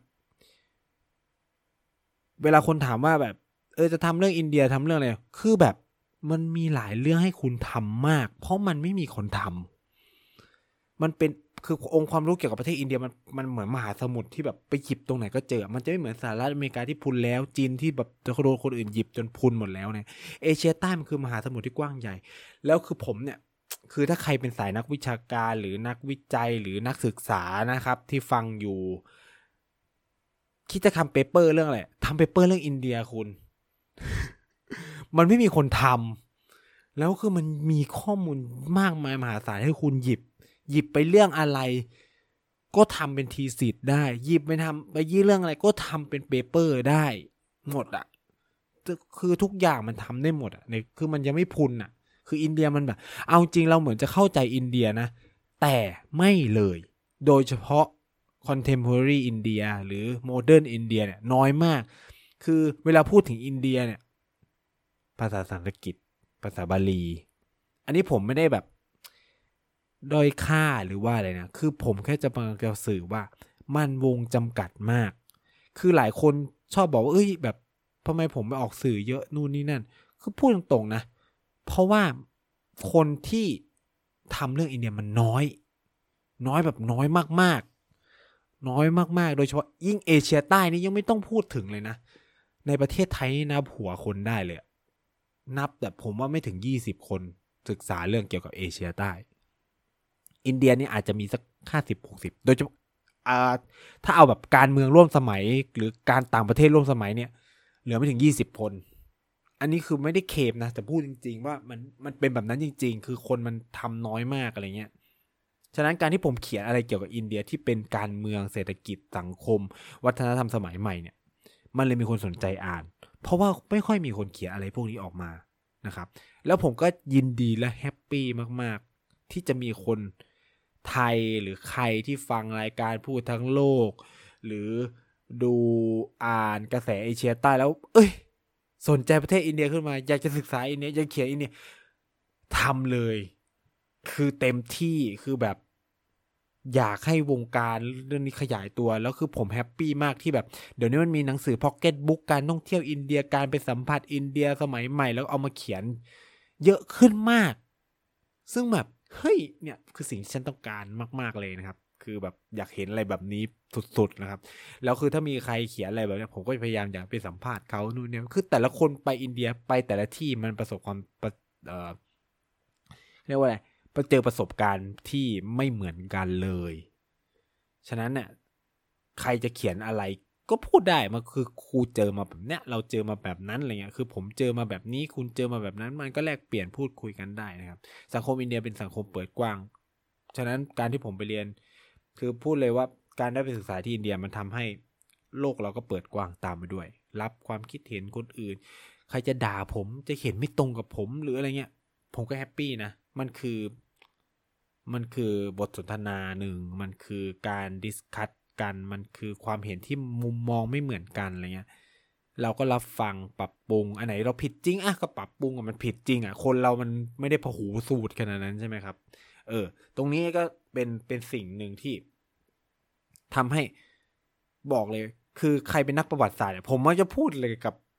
เวลาคนถามว่าแบบเออจะทำเรื่องอินเดียทำเรื่องอะไรคือแบบมันมีหลายเรื่องให้คุณทำมากเพราะมันไม่มีคนทำมันเป็นคือองค์ความรู้เกี่ยวกับประเทศอินเดียมันมันเหมือนมหาสมุทรที่แบบไปหยิบตรงไหนก็เจอมันจะไม่เหมือนสหรัฐอเมริกาที่พุนแล้วจีนที่แบบจะโดนคนอื่นหยิบจนพุนหมดแล้วเนี่ยเอเชียใต้มันคือมหาสมุทรที่กว้างใหญ่แล้วคือผมเนี่ยคือถ้าใครเป็นสายนักวิชาการหรือนักวิจัยหรือนักศึกษานะครับที่ฟังอยู่คิดจะทำเปเปอร์เรื่องอะไรทำเปเปอร์เรื่องอินเดียคุณ มันไม่มีคนทำแล้วคือมันมีข้อมูลมากมายมหาศาลให้คุณหยิบหยิบไปเรื่องอะไรก็ทำเป็นทีสิทธ์ได้หยิบไปทำไปยี่เรื่องอะไรก็ทำเป็นเปเปอร์ได้หมดอ่ะคือทุกอย่างมันทำได้หมดอ่ะในคือมันยังไม่พุนอ่ะคืออินเดียมันแบบเอาจริงเราเหมือนจะเข้าใจอินเดียนะแต่ไม่เลยโดยเฉพาะ contemporary อินเดียหรือ modern อินเดียเนี่ยน้อยมากคือเวลาพูดถึงอินเดียเนี่ยภาษาสันสกฤตภาษาบาลีอันนี้ผมไม่ได้แบบด้อยค่าหรือว่าอะไรนะคือผมแค่จะมาจะสื่อว่ามันวงจำกัดมากคือหลายคนชอบบอกว่าเอ้ยแบบทำไมผมไม่ออกสื่อเยอะนู่นนี่นั่นคือพูดตรงๆนะเพราะว่าคนที่ทำเรื่องอินเดียมันน้อยน้อยแบบน้อยมากๆน้อยมากๆโดยเฉพาะยิ่งเอเชียใต้นี่ยังไม่ต้องพูดถึงเลยนะในประเทศไทยนี่นับหัวคนได้เลยนับแต่ผมว่าไม่ถึงยี่สิบคนศึกษาเรื่องเกี่ยวกับเอเชียใต้อินเดียนี่อาจจะมีสักห้าสิบ หกสิบโดยเฉพาะอ่าถ้าเอาแบบการเมืองร่วมสมัยหรือการต่างประเทศร่วมสมัยเนี่ยเหลือไม่ถึงยี่สิบคนอันนี้คือไม่ได้เคลมนะแต่พูดจริงๆว่ามันมันเป็นแบบนั้นจริงๆคือคนมันทำน้อยมากอะไรเงี้ยฉะนั้นการที่ผมเขียนอะไรเกี่ยวกับอินเดียที่เป็นการเมืองเศรษฐกิจสังคมวัฒนธรรมสมัยใหม่เนี่ยมันเลยมีคนสนใจอ่านเพราะว่าไม่ค่อยมีคนเขียนอะไรพวกนี้ออกมานะครับแล้วผมก็ยินดีและแฮปปี้มากๆที่จะมีคนไทยหรือใครที่ฟังรายการพูดทั้งโลกหรือดูอ่านกระแสเอเชียใต้แล้วเอ้ยสนใจประเทศอินเดียขึ้นมาอยากจะศึกษาอินเดียอยากเขียนอินเดียทำเลยคือเต็มที่คือแบบอยากให้วงการเรื่องนี้ขยายตัวแล้วคือผมแฮปปี้มากที่แบบเดี๋ยวนี้มันมีหนังสือพ็อกเก็ตบุ๊กการท่องเที่ยวอินเดียการไปสัมผัสอินเดียสมัยใหม่แล้วเอามาเขียนเยอะขึ้นมากซึ่งแบบเฮ้ยเนี่ยคือสิ่งที่ฉันต้องการมากๆเลยนะครับคือแบบอยากเห็นอะไรแบบนี้สุดๆนะครับแล้วคือถ้ามีใครเขียนอะไรแบบนี้ผมก็พยายามอยากไปสัมภาษณ์เขานู่นเนี่ยคือแต่ละคนไปอินเดียไปแต่ละที่มันประสบความเอ่อเรียกว่าอะไรเจอประสบการณ์ที่ไม่เหมือนกันเลยฉะนั้นเนี่ยใครจะเขียนอะไรก็พูดได้มันคือครูเจอมาแบบเนี้ยเราเจอมาแบบนั้นอะไรเงี้ยคือผมเจอมาแบบนี้คุณเจอมาแบบนั้นมันก็แลกเปลี่ยนพูดคุยกันได้นะครับสังคมอินเดียเป็นสังคมเปิดกว้างฉะนั้นการที่ผมไปเรียนคือพูดเลยว่าการได้ไปศึกษาที่อินเดียมันทำให้โลกเราก็เปิดกว้างตามไปด้วยรับความคิดเห็นคนอื่นใครจะด่าผมจะเห็นไม่ตรงกับผมหรืออะไรเงี้ยผมก็แฮปปี้นะมันคือมันคือบทสนทนาหนึ่งมันคือการดิสคัสกันมันคือความเห็นที่มุมมองไม่เหมือนกันอะไรเงี้ยเราก็รับฟังปรับปรุงอันไหนเราผิดจริงอ่ะก็ปรับปรุงอ่ะมันผิดจริงอ่ะคนเรามันไม่ได้พหูสูตรขนาดนั้นใช่ไหมครับเออตรงนี้ก็เป็นเป็นสิ่งหนึ่งที่ทำให้บอกเลยคือใครเป็นนักประวัติศาสตร์ผมมักจะพูดเลยกับ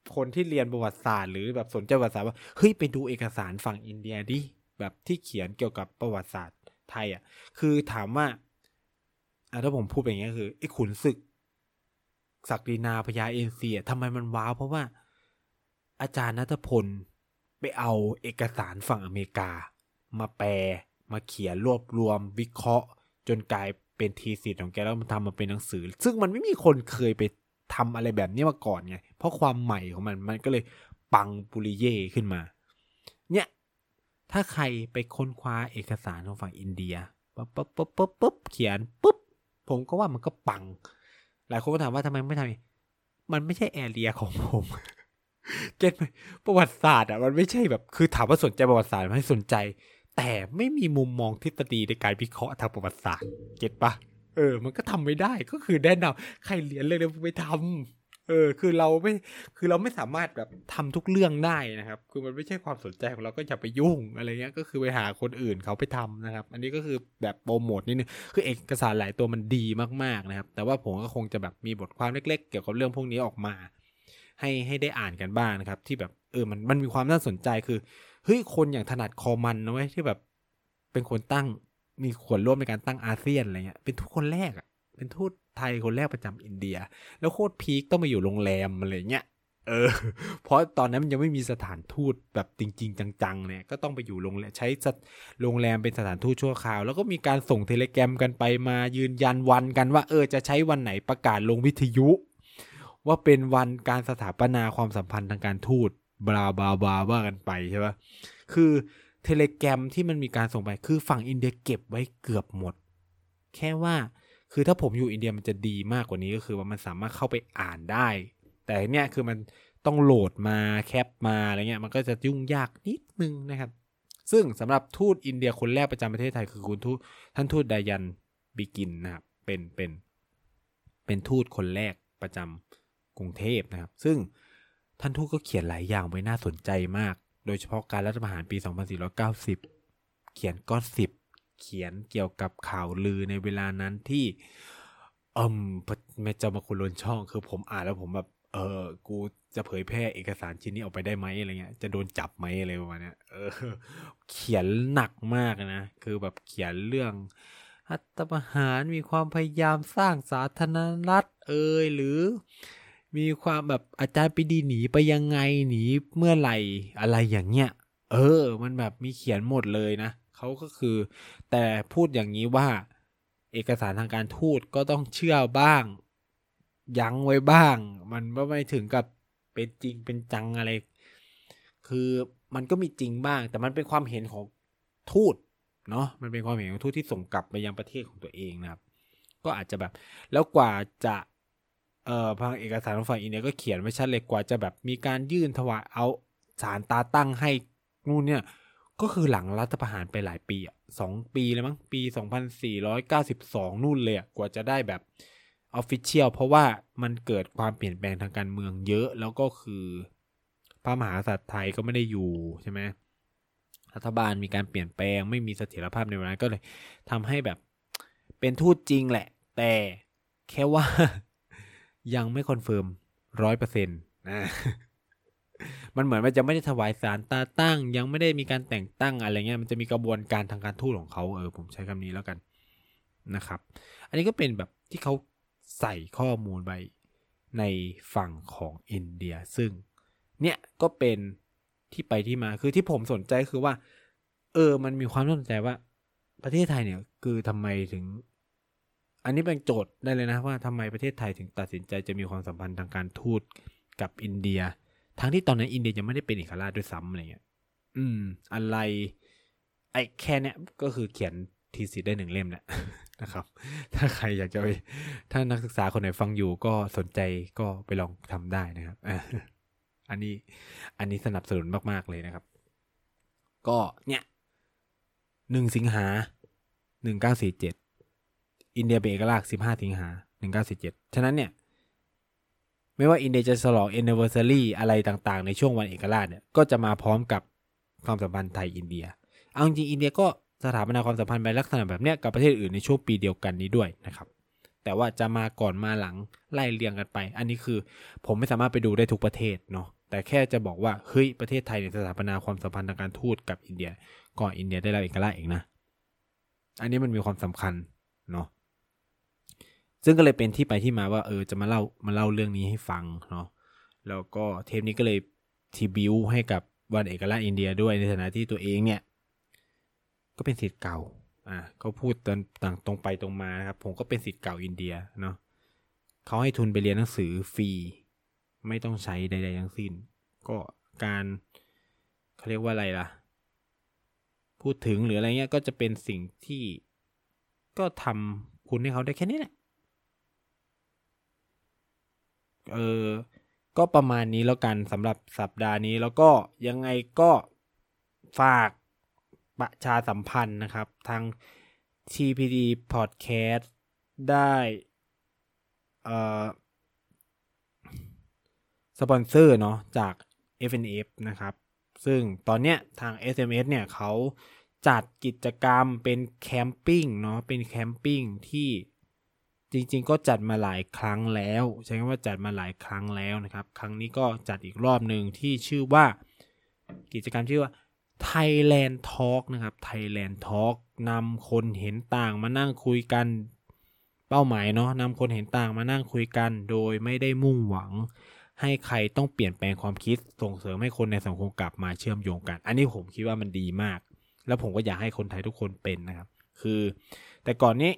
คนที่เรียนประวัติศาสตร์หรือแบบสนใจประวัติศาสตร์ว่าเฮ้ยไปดูเอกสารฝั่งอินเดียดิแบบที่เขียนเกี่ยวกับประวัติศาสตร์ไทยอ่ะคือถามว่าอ่ะถ้าผมพูดแบบนี้คือไอ้ขุนศึกศักดินาพญาเอ็นซีทำไมมันว้าวเพราะว่าอาจารย์ณัฐพลไปเอาเอกสารฝั่งอเมริกามาแปลมาเขียนรวบรวมวิเคราะห์จนกลายเป็นทีสิทธ์ของแกแล้วมันทำมาเป็นหนังสือซึ่งมันไม่มีคนเคยไปทำอะไรแบบนี้มาก่อนไงเพราะความใหม่ของมันมันก็เลยปังปุริเย่ขึ้นมาเนี่ยถ้าใครไปค้นคว้าเอกสารของฝั่งอินเดียปุ๊บปุ๊บปุ๊บปุ๊บปุ๊บเขียนปุ๊บผมก็ว่ามันก็ปังหลายคนก็ถามว่าทำไมไม่ทำมันไม่ใช่แอเรียของผมเก็ตไหมประวัติศาสตร์อ่ะมันไม่ใช่แบบคือถามว่าสนใจประวัติศาสตร์ไม่สนใจแต่ไม่มีมุมมองทฤษฎีในการวิเคราะห์ทางประวัติศาสตร์เก็ตปะเออมันก็ทำไม่ได้ก็คือแนะนำใครเรียนเรื่องนี้ไปทำเออคือเราไม่คือเราไม่สามารถแบบทำทุกเรื่องได้นะครับคือมันไม่ใช่ความสนใจของเราก็อย่าไปยุ่งอะไรเงี้ยก็คือไปหาคนอื่นเขาไปทำนะครับอันนี้ก็คือแบบโปรโมทนิดนึงคือเอกสารหลายตัวมันดีมากๆนะครับแต่ว่าผมก็คงจะแบบมีบทความเล็กๆเกี่ยวกับเรื่องพวกนี้ออกมาให้ให้ได้อ่านกันบ้างนะครับที่แบบเออมันมันมีความน่าสนใจคือเฮ้ยคนอย่างถนัดคอมันนะเว้ยที่แบบเป็นคนตั้งมีส่วนร่วมในการตั้งอาเซียนอะไรเงี้ยเป็นทุกคนแรกอ่ะเป็นทูตไทยคนแรกประจำอินเดียแล้วโคตรพีคต้องมาอยู่โรงแรมอะไรเงี้ยเออเพราะตอนนั้นมันยังไม่มีสถานทูตแบบจริงๆจังๆเนี่ยก็ต้องไปอยู่โรงแรมใช้โรงแรมเป็นสถานทูตชั่วคราวแล้วก็มีการส่งเทเลแกรมกันไปมายืนยันวันกันว่าเออจะใช้วันไหนประกาศลงวิทยุว่าเป็นวันการสถาปนาความสัมพันธ์ทางการทูตบลาบลาบลาว่ากันไปใช่ปะคือเทเลแกรมที่มันมีการส่งไปคือฝั่งอินเดียเก็บไว้เกือบหมดแค่ว่าคือถ้าผมอยู่อินเดียมันจะดีมากกว่านี้ก็คือว่ามันสามารถเข้าไปอ่านได้แต่เนี่ยคือมันต้องโหลดมาแคปมาอะไรเงี้ยมันก็จะยุ่งยากนิดนึงนะครับซึ่งสำหรับทูตอินเดียคนแรกประจำประเทศไทยคือคุณทูตท่านทูตดายันบิกินนะครับเป็นเป็นเป็นทูตคนแรกประจำกรุงเทพนะครับซึ่งท่านทูตก็เขียนหลายอย่างไว้น่าสนใจมากโดยเฉพาะการรัฐประหารปีสองพันสี่ร้อยเก้าสิบเขียนก็สิบเขียนเกี่ยวกับข่าวลือในเวลานั้นที่เอิ่มแม่เจ้ามาคุณลนช่องคือผมอ่านแล้วผมแบบเออกูจะเผยแพร่เอกสารชิ้นนี้ออกไปได้ไหมอะไรเงี้ยจะโดนจับไหมอะไรประมาณนี้เออเขียนหนักมากนะคือแบบเขียนเรื่องรัฐประหารมีความพยายามสร้างสาธารณรัฐเอ่ยหรือมีความแบบอาจารย์ปรีดีหนีไปยังไงหนีเมื่อไหร่อะไรอย่างเงี้ยเออมันแบบมีเขียนหมดเลยนะเขาก็คือแต่พูดอย่างนี้ว่าเอกสารทางการทูตก็ต้องเชื่อบ้างยั้งไว้บ้างมันไม่ถึงกับเป็นจริงเป็นจังอะไรคือมันก็มีจริงบ้างแต่มันเป็นความเห็นของทูตเนาะมันเป็นความเห็นของทูตที่ส่งกลับไปยังประเทศของตัวเองนะครับก็อาจจะแบบแล้วกว่าจะเอ่อทางเอกสารของฝั่งอินเดียก็เขียนไว้ชัดเลยกว่าจะแบบมีการยื่นถวายเอาศาลตาตั้งให้นู่นเนี่ยก็คือหลังรัฐประหารไปหลายปีอ่ะสองปีเลยมั้งปีสองพันสี่ร้อยเก้าสิบสองนู่นเลยอ่ะกว่าจะได้แบบออฟฟิเชียลเพราะว่ามันเกิดความเปลี่ยนแปลงทางการเมืองเยอะแล้วก็คือพระมหากษัตริย์ไทยก็ไม่ได้อยู่ใช่ไหมรัฐบาลมีการเปลี่ยนแปลงไม่มีเสถียรภาพในเวลานั้นก็เลยทำให้แบบเป็นทูตจริงแหละแต่แค่ว่ายังไม่คอนเฟิร์มร้อยเปอร์เซ็นต์นะมันเหมือนมันจะไม่ได้ถวายสารตาตั้งยังไม่ได้มีการแต่งตั้งอะไรเงี้ยมันจะมีกระบวนการทางการทูตของเขาเออผมใช้คำนี้แล้วกันนะครับอันนี้ก็เป็นแบบที่เขาใส่ข้อมูลไว้ในฝั่งของอินเดียซึ่งเนี่ยก็เป็นที่ไปที่มาคือที่ผมสนใจคือว่าเออมันมีความน่าสนใจว่าประเทศไทยเนี่ยคือทำไมถึงอันนี้เป็นโจทย์ได้เลยนะว่าทำไมประเทศไทยถึงตัดสินใจจะมีความสัมพันธ์ทางการทูตกับอินเดียทั้งที่ตอนนั้นอินเดียยังไม่ได้เป็นเอกราชด้วยซ้ำอะไรเงี้ยอืมอะไรไอ้แค่เนี้ยก็คือเขียนทีสิทธ์ได้หนึ่งเล่มแหละนะครับถ้าใครอยากจะไปถ้านักศึกษาคนไหนฟังอยู่ก็สนใจก็ไปลองทำได้นะครับอันนี้อันนี้สนับสนุนมากๆเลยนะครับก็เนี่ยหนึ่งสิงหาหนึ่งเก้าสี่เจ็ดอินเดียเป็นเอกราชสิบห้าสิงหาหนึ่งเก้าสี่เจ็ดฉะนั้นเนี่ยไม่ว่าอินเดียจะฉลอง anniversary อะไรต่างๆในช่วงวันเอกราชเนี่ยก็จะมาพร้อมกับความสัมพันธ์ไทยอินเดียเอาจริงอินเดียก็สถาปนาความสัมพันธ์ในลักษณะแบบเนี้ยกับประเทศอื่นในช่วงปีเดียวกันนี้ด้วยนะครับแต่ว่าจะมาก่อนมาหลังไล่เรียงกันไปอันนี้คือผมไม่สามารถไปดูได้ทุกประเทศเนาะแต่แค่จะบอกว่าเฮ้ยประเทศไทยเนี่ยสถาปนาความสัมพันธ์ทางการทูตกับอินเดียก่อนอินเดียได้รับเอกราชเองนะอันนี้มันมีความสำคัญเนาะซึ่งก็เลยเป็นที่ไปที่มาว่าเออจะมาเล่ามาเล่าเรื่องนี้ให้ฟังเนาะแล้วก็เทปนี้ก็เลยทีบิวให้กับวันเอกราชอินเดียด้วยในฐานะที่ตัวเองเนี่ยก็เป็นศิษย์เก่าอ่ะก็พูดต่างตรงไปตรงมานะครับผมก็เป็นศิษย์เก่าอินเดียเนาะเขาให้ทุนไปเรียนหนังสือฟรีไม่ต้องใช้ใดๆทั้งสิ้นก็การเขาเรียกว่าอะไรล่ะพูดถึงหรืออะไรเงี้ยก็จะเป็นสิ่งที่ก็ทำคุณให้เขาได้แค่นี้แหละเออก็ประมาณนี้แล้วกันสำหรับสัปดาห์นี้แล้วก็ยังไงก็ฝากประชาสัมพันธ์นะครับทาง ที พี ดี Podcast ได้เอ่อสปอนเซอร์เนาะจาก เอฟ เอ็น เอฟ นะครับซึ่งตอนเนี้ยทาง เอส เอ็ม เอส เนี่ยเขาจัดกิจกรรมเป็นแคมปิ้งเนาะเป็นแคมปิ้งที่จริงๆก็จัดมาหลายครั้งแล้วใช้คำว่าจัดมาหลายครั้งแล้วนะครับครั้งนี้ก็จัดอีกรอบนึงที่ชื่อว่ากิจกรรมชื่อว่า Thailand Talk นะครับ Thailand Talk นำคนเห็นต่างมานั่งคุยกันเป้าหมายเนาะนำคนเห็นต่างมานั่งคุยกันโดยไม่ได้มุ่งหวังให้ใครต้องเปลี่ยนแปลงความคิดส่งเสริมให้คนในสังคมกลับมาเชื่อมโยงกันอันนี้ผมคิดว่ามันดีมากแล้วผมก็อยากให้คนไทยทุกคนเป็นนะครับคือแต่ก่อนนี้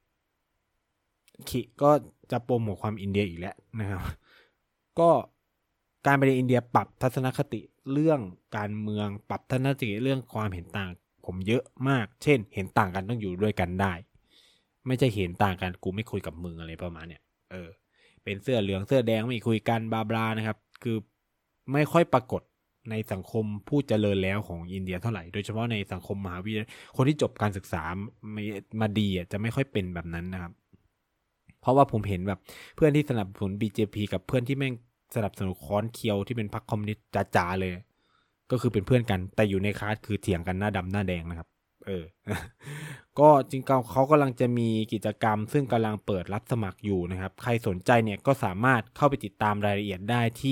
ขิก็จะโปรโมทความอินเดียอีกแล้วนะครับก็การไปในอินเดียปรับทัศนคติเรื่องการเมืองปรับทัศนคติเรื่องความเห็นต่างผมเยอะมากเช่นเห็นต่างกันต้องอยู่ด้วยกันได้ไม่ใช่เห็นต่างกันกูไม่คุยกับมึงอะไรประมาณเนี้ยเออเป็นเสื้อเหลืองเสื้อแดงไม่คุยกันบลาบลานะครับคือไม่ค่อยปรากฏในสังคมผู้เจริญแล้วของอินเดียเท่าไหร่โดยเฉพาะในสังคมมหาวิทยาลัยคนที่จบการศึกษามาดีอ่ะจะไม่ค่อยเป็นแบบนั้นนะครับเพราะว่าผมเห็นแบบเพื่อนที่สนับสนุน บี เจ พี กับเพื่อนที่แม่งสนับสนุนค้อนเคียวที่เป็นพรรคคอมมิวนิสต์จ๋าๆเลยก็คือเป็นเพื่อนกันแต่อยู่ในคลาสคือเถียงกันหน้าดำหน้าแดงนะครับเออ ก็จริงๆเขากำลังจะมีกิจกรรมซึ่งกำลังเปิดรับสมัครอยู่นะครับใครสนใจเนี่ยก็สามารถเข้าไปติดตามรายละเอียดได้ที่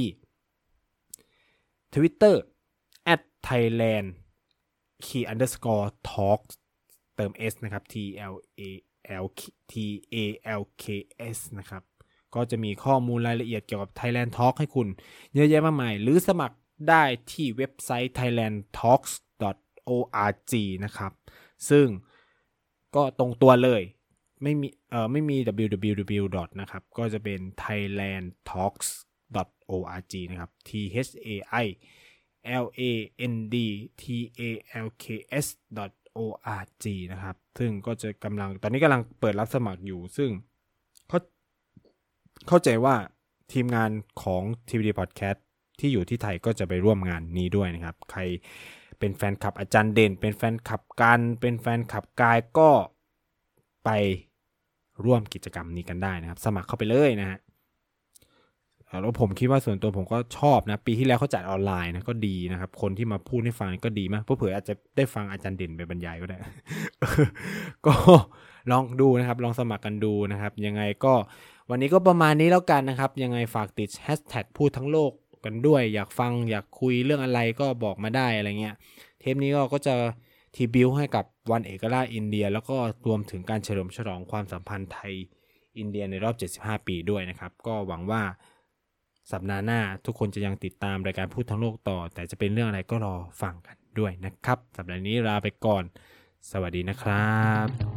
Twitterแอท ไทยแลนด์ key underscore talk เติม s นะครับ t l a l t a l k s นะครับก็จะมีข้อมูลรายละเอียดเกี่ยวกับ Thailand Talk ให้คุณเยอะแยะมากมายหรือสมัครได้ที่เว็บไซต์ ไทยแลนด์ ทอล์กส์ ดอท โอ อาร์ จี นะครับซึ่งก็ตรงตัวเลยไม่มีเอ่อไม่มี ดับเบิลยู ดับเบิลยู ดับเบิลยู นะครับก็จะเป็น ไทยแลนด์ ทอล์กส์ ดอท โอ อาร์ จี นะครับ t h a i l a n d t a l k s ดอท โอ อาร์ จี นะครับซึ่งก็จะกำลังตอนนี้กำลังเปิดรับสมัครอยู่ซึ่งเขาเข้าใจว่าทีมงานของ ที พี ดี Podcast ที่อยู่ที่ไทยก็จะไปร่วมงานนี้ด้วยนะครับใครเป็นแฟนคลับอาจารย์เด่นเป็นแฟนคลับกันเป็นแฟนคลับกายก็ไปร่วมกิจกรรมนี้กันได้นะครับสมัครเข้าไปเลยนะฮะแล้วผมคิดว่าส่วนตัวผมก็ชอบนะปีที่แล้วเขาจัดออนไลน์นะก็ดีนะครับคนที่มาพูดให้ฟังก็ดีมากเผื่ออาจจะได้ฟังอาจารย์เด่นไปบรรยายก็ได้ ก็ลองดูนะครับลองสมัครกันดูนะครับยังไงก็วันนี้ก็ประมาณนี้แล้วกันนะครับยังไงฝากติดแฮชแท็กพูดทั้งโลกกันด้วยอยากฟังอยากคุยเรื่องอะไรก็บอกมาได้อะไรเงี้ยเทปนี้ก็จะทีบิวให้กับวันเอกราชอินเดียแล้วก็รวมถึงการเฉลิมฉลองความสัมพันธ์ไทยอินเดียในรอบเจ็ดสิบห้าปีด้วยนะครับก็หวังว่าสัปดาห์หน้าทุกคนจะยังติดตามรายการพูดทั้งโลกต่อแต่จะเป็นเรื่องอะไรก็รอฟังกันด้วยนะครับสัปดาห์นี้ลาไปก่อนสวัสดีนะครับ